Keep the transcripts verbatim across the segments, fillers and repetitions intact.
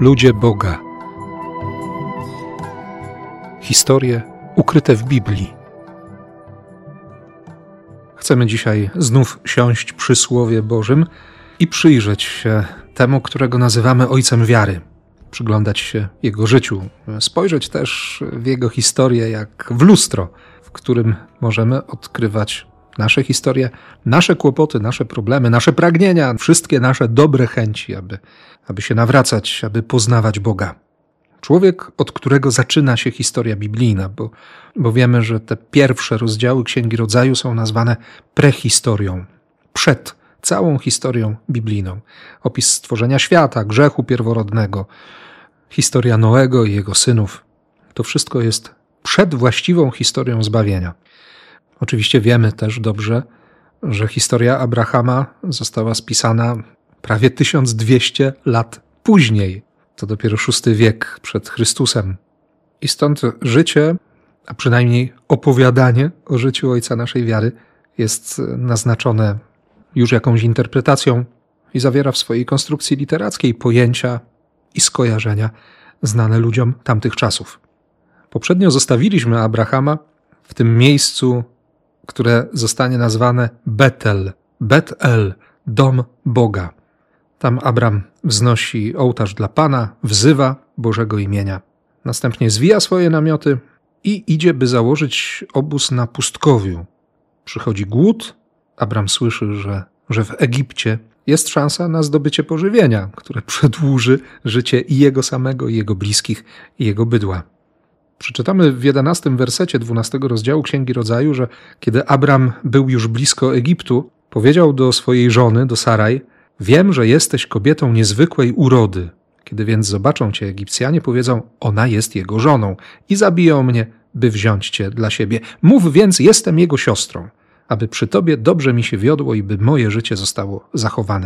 Ludzie Boga. Historie ukryte w Biblii. Chcemy dzisiaj znów siąść przy Słowie Bożym i przyjrzeć się temu, którego nazywamy Ojcem Wiary. Przyglądać się Jego życiu, spojrzeć też w Jego historię jak w lustro, w którym możemy odkrywać nasze historie, nasze kłopoty, nasze problemy, nasze pragnienia, wszystkie nasze dobre chęci, aby, aby się nawracać, aby poznawać Boga. Człowiek, od którego zaczyna się historia biblijna, bo, bo wiemy, że te pierwsze rozdziały Księgi Rodzaju są nazwane prehistorią, przed całą historią biblijną. Opis stworzenia świata, grzechu pierworodnego, historia Noego i jego synów. To wszystko jest przed właściwą historią zbawienia. Oczywiście wiemy też dobrze, że historia Abrahama została spisana prawie tysiąc dwieście lat później. To dopiero szósty wiek przed Chrystusem. I stąd życie, a przynajmniej opowiadanie o życiu ojca naszej wiary jest naznaczone już jakąś interpretacją i zawiera w swojej konstrukcji literackiej pojęcia i skojarzenia znane ludziom tamtych czasów. Poprzednio zostawiliśmy Abrahama w tym miejscu, które zostanie nazwane Betel, Bet-El, dom Boga. Tam Abram wznosi ołtarz dla Pana, wzywa Bożego imienia. Następnie zwija swoje namioty i idzie, by założyć obóz na pustkowiu. Przychodzi głód. Abram słyszy, że, że w Egipcie jest szansa na zdobycie pożywienia, które przedłuży życie i jego samego, i jego bliskich, i jego bydła. Przeczytamy w jedenastym wersecie dwunastego rozdziału Księgi Rodzaju, że kiedy Abram był już blisko Egiptu, powiedział do swojej żony, do Saraj: wiem, że jesteś kobietą niezwykłej urody. Kiedy więc zobaczą cię Egipcjanie, powiedzą: ona jest jego żoną i zabiją mnie, by wziąć cię dla siebie. Mów więc: jestem jego siostrą, aby przy tobie dobrze mi się wiodło i by moje życie zostało zachowane.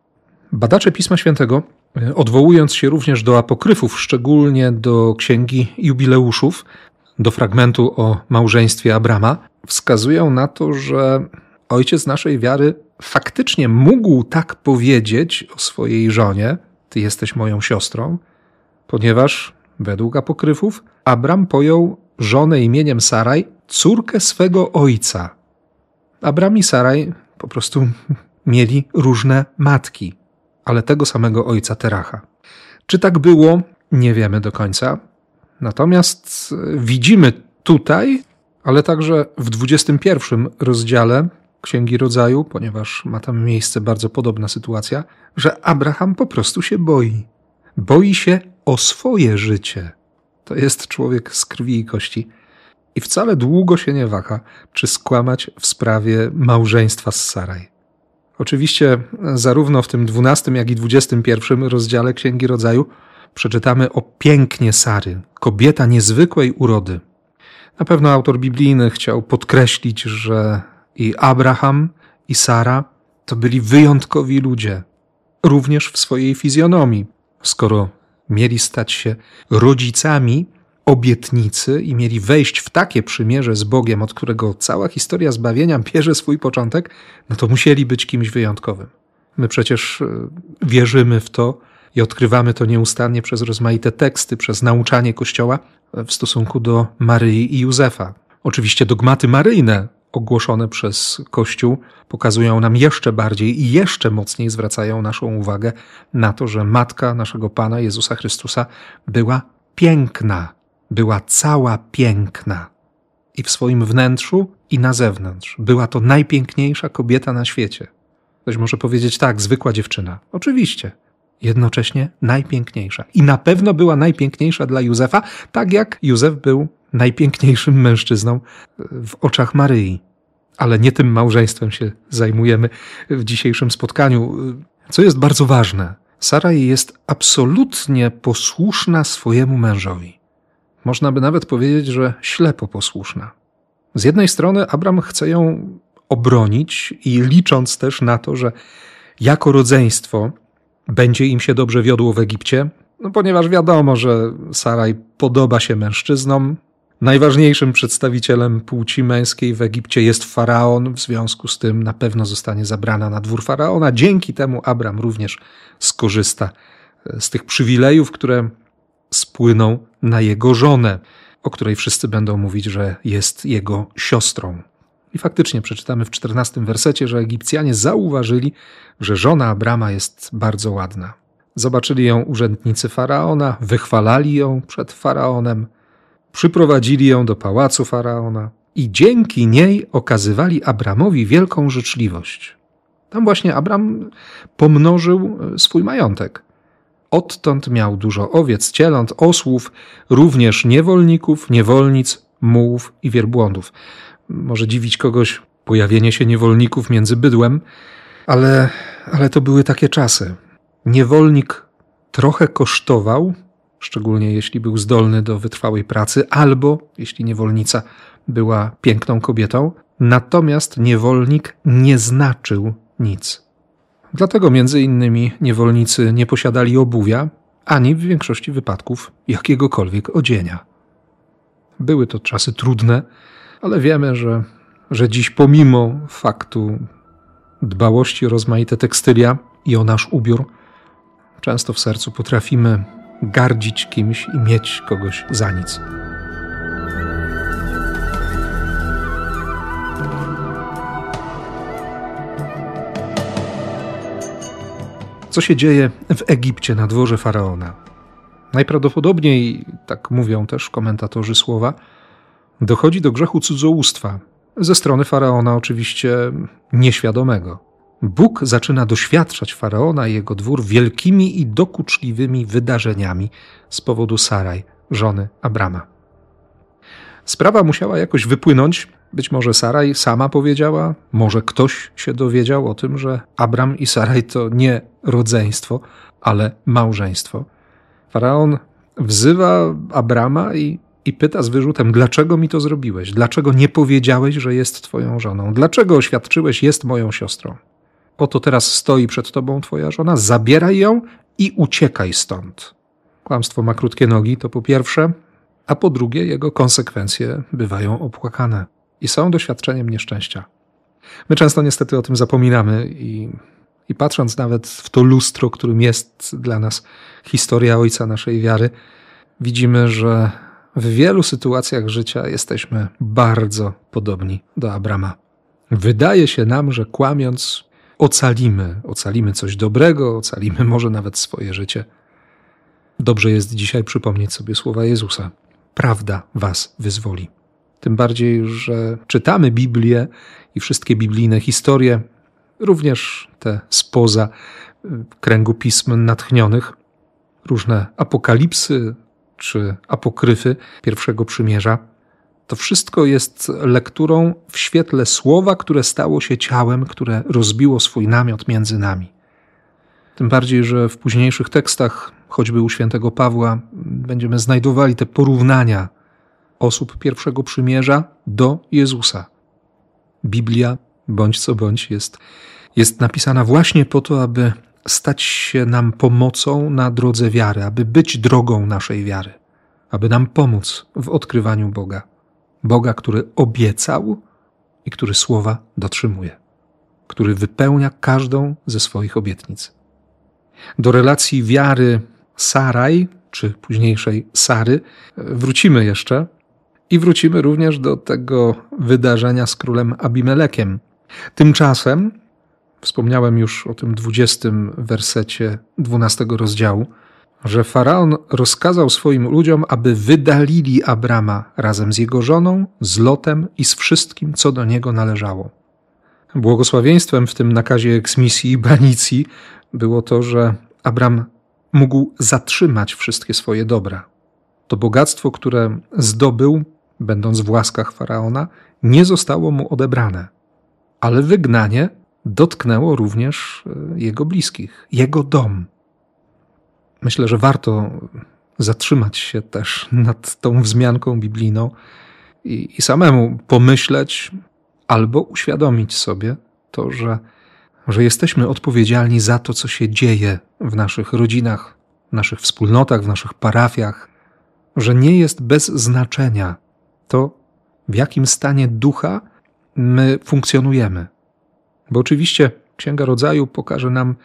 Badacze Pisma Świętego, odwołując się również do apokryfów, szczególnie do Księgi Jubileuszów, do fragmentu o małżeństwie Abrama, wskazują na to, że ojciec naszej wiary faktycznie mógł tak powiedzieć o swojej żonie: ty jesteś moją siostrą, ponieważ według apokryfów Abram pojął żonę imieniem Saraj, córkę swego ojca. Abram i Saraj po prostu mieli różne matki, ale tego samego ojca Teracha. Czy tak było? Nie wiemy do końca. Natomiast widzimy tutaj, ale także w dwudziestym pierwszym rozdziale Księgi Rodzaju, ponieważ ma tam miejsce bardzo podobna sytuacja, że Abraham po prostu się boi. Boi się o swoje życie. To jest człowiek z krwi i kości. I wcale długo się nie waha, czy skłamać w sprawie małżeństwa z Saraj. Oczywiście zarówno w tym dwunastym, jak i dwudziestym pierwszym rozdziale Księgi Rodzaju przeczytamy o pięknie Sary, kobieta niezwykłej urody. Na pewno autor biblijny chciał podkreślić, że i Abraham, i Sara to byli wyjątkowi ludzie, również w swojej fizjonomii, skoro mieli stać się rodzicami obietnicy i mieli wejść w takie przymierze z Bogiem, od którego cała historia zbawienia bierze swój początek, no to musieli być kimś wyjątkowym. My przecież wierzymy w to i odkrywamy to nieustannie przez rozmaite teksty, przez nauczanie Kościoła w stosunku do Maryi i Józefa. Oczywiście dogmaty maryjne ogłoszone przez Kościół pokazują nam jeszcze bardziej i jeszcze mocniej zwracają naszą uwagę na to, że matka naszego Pana Jezusa Chrystusa była piękna, była cała piękna i w swoim wnętrzu, i na zewnątrz. Była to najpiękniejsza kobieta na świecie. Ktoś może powiedzieć: tak, zwykła dziewczyna. Oczywiście. Jednocześnie najpiękniejsza. I na pewno była najpiękniejsza dla Józefa, tak jak Józef był najpiękniejszym mężczyzną w oczach Maryi. Ale nie tym małżeństwem się zajmujemy w dzisiejszym spotkaniu. Co jest bardzo ważne, Saraj jest absolutnie posłuszna swojemu mężowi. Można by nawet powiedzieć, że ślepo posłuszna. Z jednej strony Abram chce ją obronić i licząc też na to, że jako rodzeństwo będzie im się dobrze wiodło w Egipcie, no ponieważ wiadomo, że Saraj podoba się mężczyznom. Najważniejszym przedstawicielem płci męskiej w Egipcie jest faraon, w związku z tym na pewno zostanie zabrana na dwór faraona. Dzięki temu Abram również skorzysta z tych przywilejów, które spłyną na jego żonę, o której wszyscy będą mówić, że jest jego siostrą. I faktycznie przeczytamy w czternastym wersecie, że Egipcjanie zauważyli, że żona Abrama jest bardzo ładna. Zobaczyli ją urzędnicy Faraona, wychwalali ją przed Faraonem, przyprowadzili ją do pałacu Faraona i dzięki niej okazywali Abramowi wielką życzliwość. Tam właśnie Abram pomnożył swój majątek. Odtąd miał dużo owiec, cieląt, osłów, również niewolników, niewolnic, mułów i wielbłądów. Może dziwić kogoś pojawienie się niewolników między bydłem, ale, ale to były takie czasy. Niewolnik trochę kosztował, szczególnie jeśli był zdolny do wytrwałej pracy, albo jeśli niewolnica była piękną kobietą, natomiast niewolnik nie znaczył nic. Dlatego między innymi niewolnicy nie posiadali obuwia, ani w większości wypadków jakiegokolwiek odzienia. Były to czasy trudne, ale wiemy, że, że dziś pomimo faktu dbałości o rozmaite tekstylia i o nasz ubiór, często w sercu potrafimy gardzić kimś i mieć kogoś za nic. Co się dzieje w Egipcie na dworze Faraona? Najprawdopodobniej, tak mówią też komentatorzy słowa, dochodzi do grzechu cudzołóstwa, ze strony Faraona oczywiście nieświadomego. Bóg zaczyna doświadczać Faraona i jego dwór wielkimi i dokuczliwymi wydarzeniami z powodu Saraj, żony Abrama. Sprawa musiała jakoś wypłynąć. Być może Saraj sama powiedziała, może ktoś się dowiedział o tym, że Abram i Saraj to nie rodzeństwo, ale małżeństwo. Faraon wzywa Abrama i, i pyta z wyrzutem, dlaczego mi to zrobiłeś? Dlaczego nie powiedziałeś, że jest twoją żoną? Dlaczego oświadczyłeś, jest moją siostrą? Oto teraz stoi przed tobą twoja żona, zabieraj ją i uciekaj stąd. Kłamstwo ma krótkie nogi, to po pierwsze, a po drugie jego konsekwencje bywają opłakane i są doświadczeniem nieszczęścia. My często niestety o tym zapominamy i, i patrząc nawet w to lustro, którym jest dla nas historia ojca naszej wiary, widzimy, że w wielu sytuacjach życia jesteśmy bardzo podobni do Abrama. Wydaje się nam, że kłamiąc ocalimy, ocalimy coś dobrego, ocalimy może nawet swoje życie. Dobrze jest dzisiaj przypomnieć sobie słowa Jezusa. Prawda was wyzwoli. Tym bardziej, że czytamy Biblię i wszystkie biblijne historie, również te spoza kręgu pism natchnionych, różne apokalipsy czy apokryfy Pierwszego Przymierza. To wszystko jest lekturą w świetle słowa, które stało się ciałem, które rozbiło swój namiot między nami. Tym bardziej, że w późniejszych tekstach, choćby u świętego Pawła, będziemy znajdowali te porównania osób Pierwszego Przymierza do Jezusa. Biblia, bądź co bądź, jest, jest napisana właśnie po to, aby stać się nam pomocą na drodze wiary, aby być drogą naszej wiary, aby nam pomóc w odkrywaniu Boga. Boga, który obiecał i który słowa dotrzymuje, który wypełnia każdą ze swoich obietnic. Do relacji wiary Saraj, czy późniejszej Sary, wrócimy jeszcze i wrócimy również do tego wydarzenia z królem Abimelekiem. Tymczasem, wspomniałem już o tym dwudziestym wersecie dwunastego rozdziału, że Faraon rozkazał swoim ludziom, aby wydalili Abrama razem z jego żoną, z Lotem i z wszystkim, co do niego należało. Błogosławieństwem w tym nakazie eksmisji i banicji było to, że Abram mógł zatrzymać wszystkie swoje dobra. To bogactwo, które zdobył, będąc w łaskach Faraona, nie zostało mu odebrane, ale wygnanie dotknęło również jego bliskich, jego dom. Myślę, że warto zatrzymać się też nad tą wzmianką biblijną i, i samemu pomyśleć albo uświadomić sobie to, że, że jesteśmy odpowiedzialni za to, co się dzieje w naszych rodzinach, w naszych wspólnotach, w naszych parafiach, że nie jest bez znaczenia to, w jakim stanie ducha my funkcjonujemy. Bo oczywiście Księga Rodzaju pokaże nam,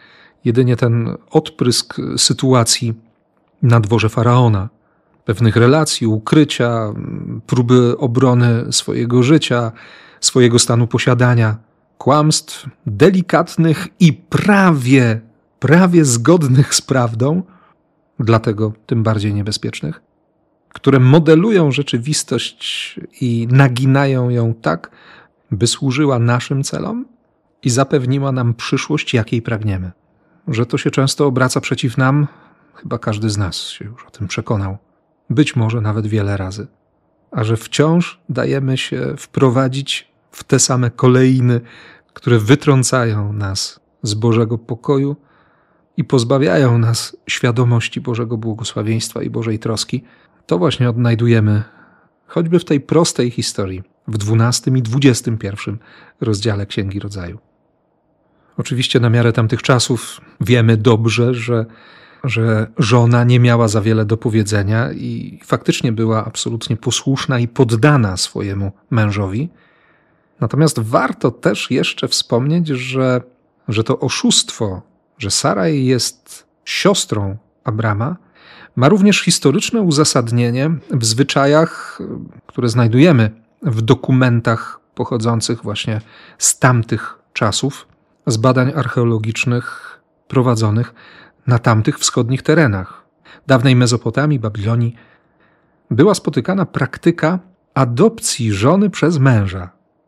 Jedynie ten odprysk sytuacji na dworze faraona, pewnych relacji, ukrycia, próby obrony swojego życia, swojego stanu posiadania, kłamstw delikatnych i prawie, prawie zgodnych z prawdą, dlatego tym bardziej niebezpiecznych, które modelują rzeczywistość i naginają ją tak, by służyła naszym celom i zapewniła nam przyszłość, jakiej pragniemy. Że to się często obraca przeciw nam, chyba każdy z nas się już o tym przekonał. Być może nawet wiele razy. A że wciąż dajemy się wprowadzić w te same kolejny, które wytrącają nas z Bożego pokoju i pozbawiają nas świadomości Bożego błogosławieństwa i Bożej troski, to właśnie odnajdujemy choćby w tej prostej historii w dwunastym i dwudziestym pierwszym rozdziale Księgi Rodzaju. Oczywiście na miarę tamtych czasów wiemy dobrze, że, że żona nie miała za wiele do powiedzenia i faktycznie była absolutnie posłuszna i poddana swojemu mężowi. Natomiast warto też jeszcze wspomnieć, że, że to oszustwo, że Saraj jest siostrą Abrama, ma również historyczne uzasadnienie w zwyczajach, które znajdujemy w dokumentach pochodzących właśnie z tamtych czasów, z badań archeologicznych prowadzonych na tamtych wschodnich terenach. Dawnej Mezopotamii, Babilonii była spotykana praktyka adopcji żony przez męża.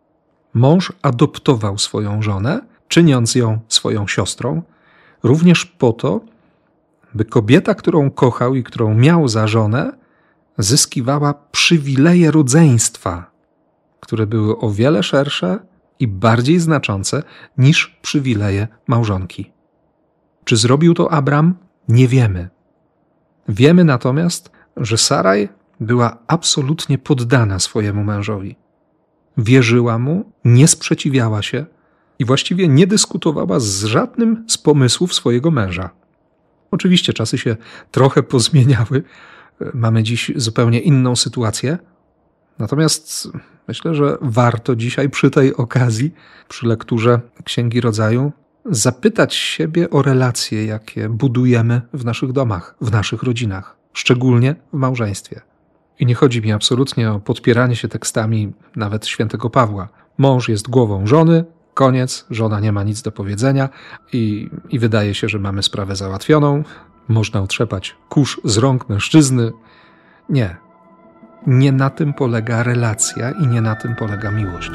Mąż adoptował swoją żonę, czyniąc ją swoją siostrą, również po to, by kobieta, którą kochał i którą miał za żonę, zyskiwała przywileje rodzeństwa, które były o wiele szersze i bardziej znaczące niż przywileje małżonki. Czy zrobił to Abram? Nie wiemy. Wiemy natomiast, że Saraj była absolutnie poddana swojemu mężowi. Wierzyła mu, nie sprzeciwiała się i właściwie nie dyskutowała z żadnym z pomysłów swojego męża. Oczywiście czasy się trochę pozmieniały, mamy dziś zupełnie inną sytuację, natomiast myślę, że warto dzisiaj przy tej okazji, przy lekturze Księgi Rodzaju, zapytać siebie o relacje, jakie budujemy w naszych domach, w naszych rodzinach, szczególnie w małżeństwie. I nie chodzi mi absolutnie o podpieranie się tekstami nawet świętego Pawła. Mąż jest głową żony, koniec, żona nie ma nic do powiedzenia i, i wydaje się, że mamy sprawę załatwioną. Można otrzepać kurz z rąk mężczyzny. Nie. Nie na tym polega relacja i nie na tym polega miłość.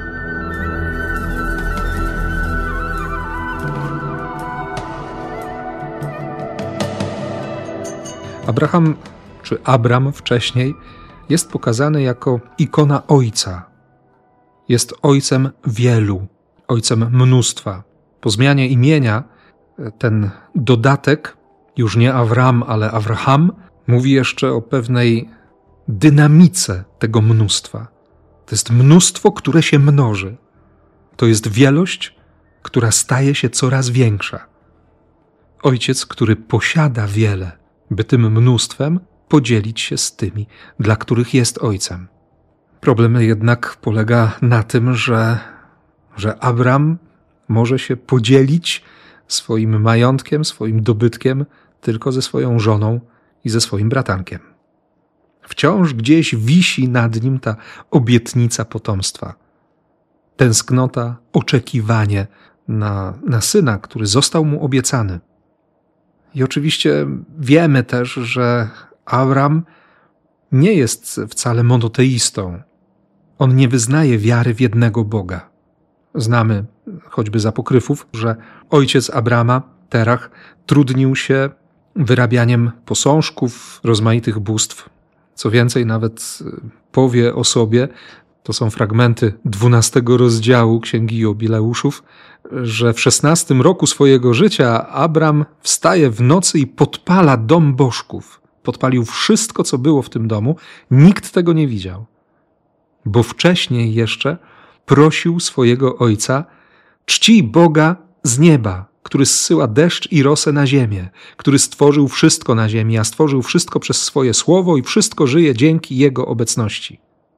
Abraham, czy Abram wcześniej, jest pokazany jako ikona ojca. Jest ojcem wielu, ojcem mnóstwa. Po zmianie imienia ten dodatek, już nie Avram, ale Abraham, mówi jeszcze o pewnej dynamice tego mnóstwa. To jest mnóstwo, które się mnoży. To jest wielość, która staje się coraz większa. Ojciec, który posiada wiele, by tym mnóstwem podzielić się z tymi, dla których jest ojcem. Problem jednak polega na tym, że, że Abram może się podzielić swoim majątkiem, swoim dobytkiem tylko ze swoją żoną i ze swoim bratankiem. Wciąż gdzieś wisi nad nim ta obietnica potomstwa. Tęsknota, oczekiwanie na, na syna, który został mu obiecany. I oczywiście wiemy też, że Abram nie jest wcale monoteistą. On nie wyznaje wiary w jednego Boga. Znamy choćby z apokryfów, że ojciec Abrama, Terach, trudnił się wyrabianiem posążków, rozmaitych bóstw. Co więcej, nawet powie o sobie, to są fragmenty dwunastego rozdziału Księgi Jubileuszów, że w szesnastym roku swojego życia Abram wstaje w nocy i podpala dom bożków. Podpalił wszystko, co było w tym domu. Nikt tego nie widział. Bo wcześniej jeszcze prosił swojego ojca: czcij Boga z nieba, który zsyła deszcz i rosę na ziemię, który stworzył wszystko na ziemi, a stworzył wszystko przez swoje słowo i wszystko żyje dzięki Jego obecności.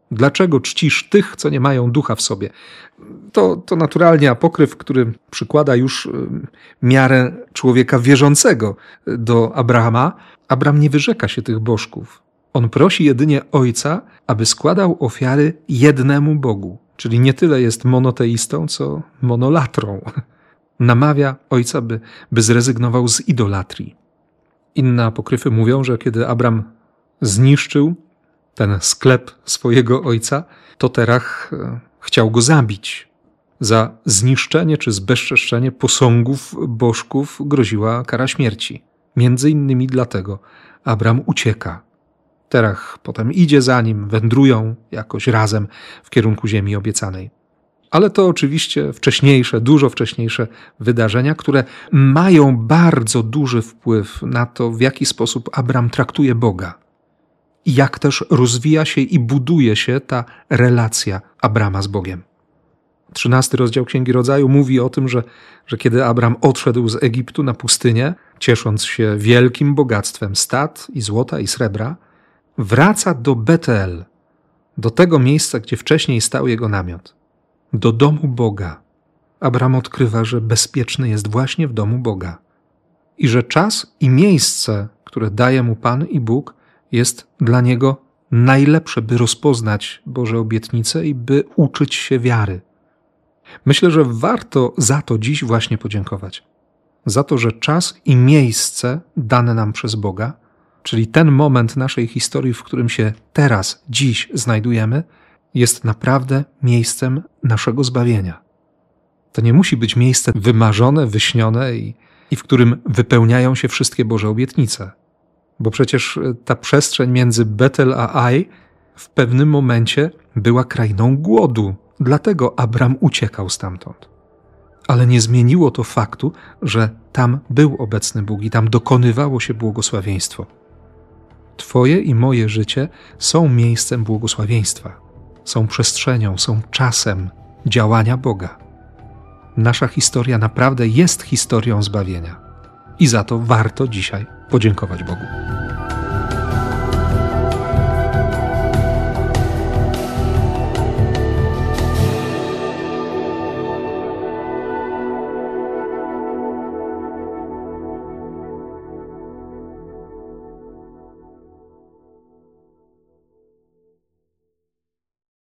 Dlaczego czcisz tych, co nie mają ducha w sobie? To, to naturalnie apokryf, który przykłada już miarę człowieka wierzącego do Abrahama. Abraham nie wyrzeka się tych bożków. On prosi jedynie Ojca, aby składał ofiary jednemu Bogu. Czyli nie tyle jest monoteistą, co monolatrą. Namawia Ojca, by, by zrezygnował z idolatrii. Inne apokryfy mówią, że kiedy Abram zniszczył ten sklep swojego ojca, to Terach chciał go zabić. Za zniszczenie czy zbezczeszczenie posągów bożków groziła kara śmierci. Między innymi dlatego Abram ucieka. Terach potem idzie za nim, wędrują jakoś razem w kierunku ziemi obiecanej. Ale to oczywiście wcześniejsze, dużo wcześniejsze wydarzenia, które mają bardzo duży wpływ na to, w jaki sposób Abram traktuje Boga. I jak też rozwija się i buduje się ta relacja Abrama z Bogiem. Trzynasty rozdział Księgi Rodzaju mówi o tym, że, że kiedy Abram odszedł z Egiptu na pustynię, ciesząc się wielkim bogactwem stad i złota i srebra, wraca do Betel, do tego miejsca, gdzie wcześniej stał jego namiot, do domu Boga. Abram odkrywa, że bezpieczny jest właśnie w domu Boga i że czas i miejsce, które daje mu Pan i Bóg, jest dla niego najlepsze, by rozpoznać Boże obietnice i by uczyć się wiary. Myślę, że warto za to dziś właśnie podziękować. Za to, że czas i miejsce dane nam przez Boga, czyli ten moment naszej historii, w którym się teraz, dziś znajdujemy, jest naprawdę miejscem naszego zbawienia. To nie musi być miejsce wymarzone, wyśnione i, i w którym wypełniają się wszystkie Boże obietnice. Bo przecież ta przestrzeń między Betel a Aj w pewnym momencie była krainą głodu. Dlatego Abram uciekał stamtąd. Ale nie zmieniło to faktu, że tam był obecny Bóg i tam dokonywało się błogosławieństwo. Twoje i moje życie są miejscem błogosławieństwa. Są przestrzenią, są czasem działania Boga. Nasza historia naprawdę jest historią zbawienia. I za to warto dzisiaj podziękować Bogu.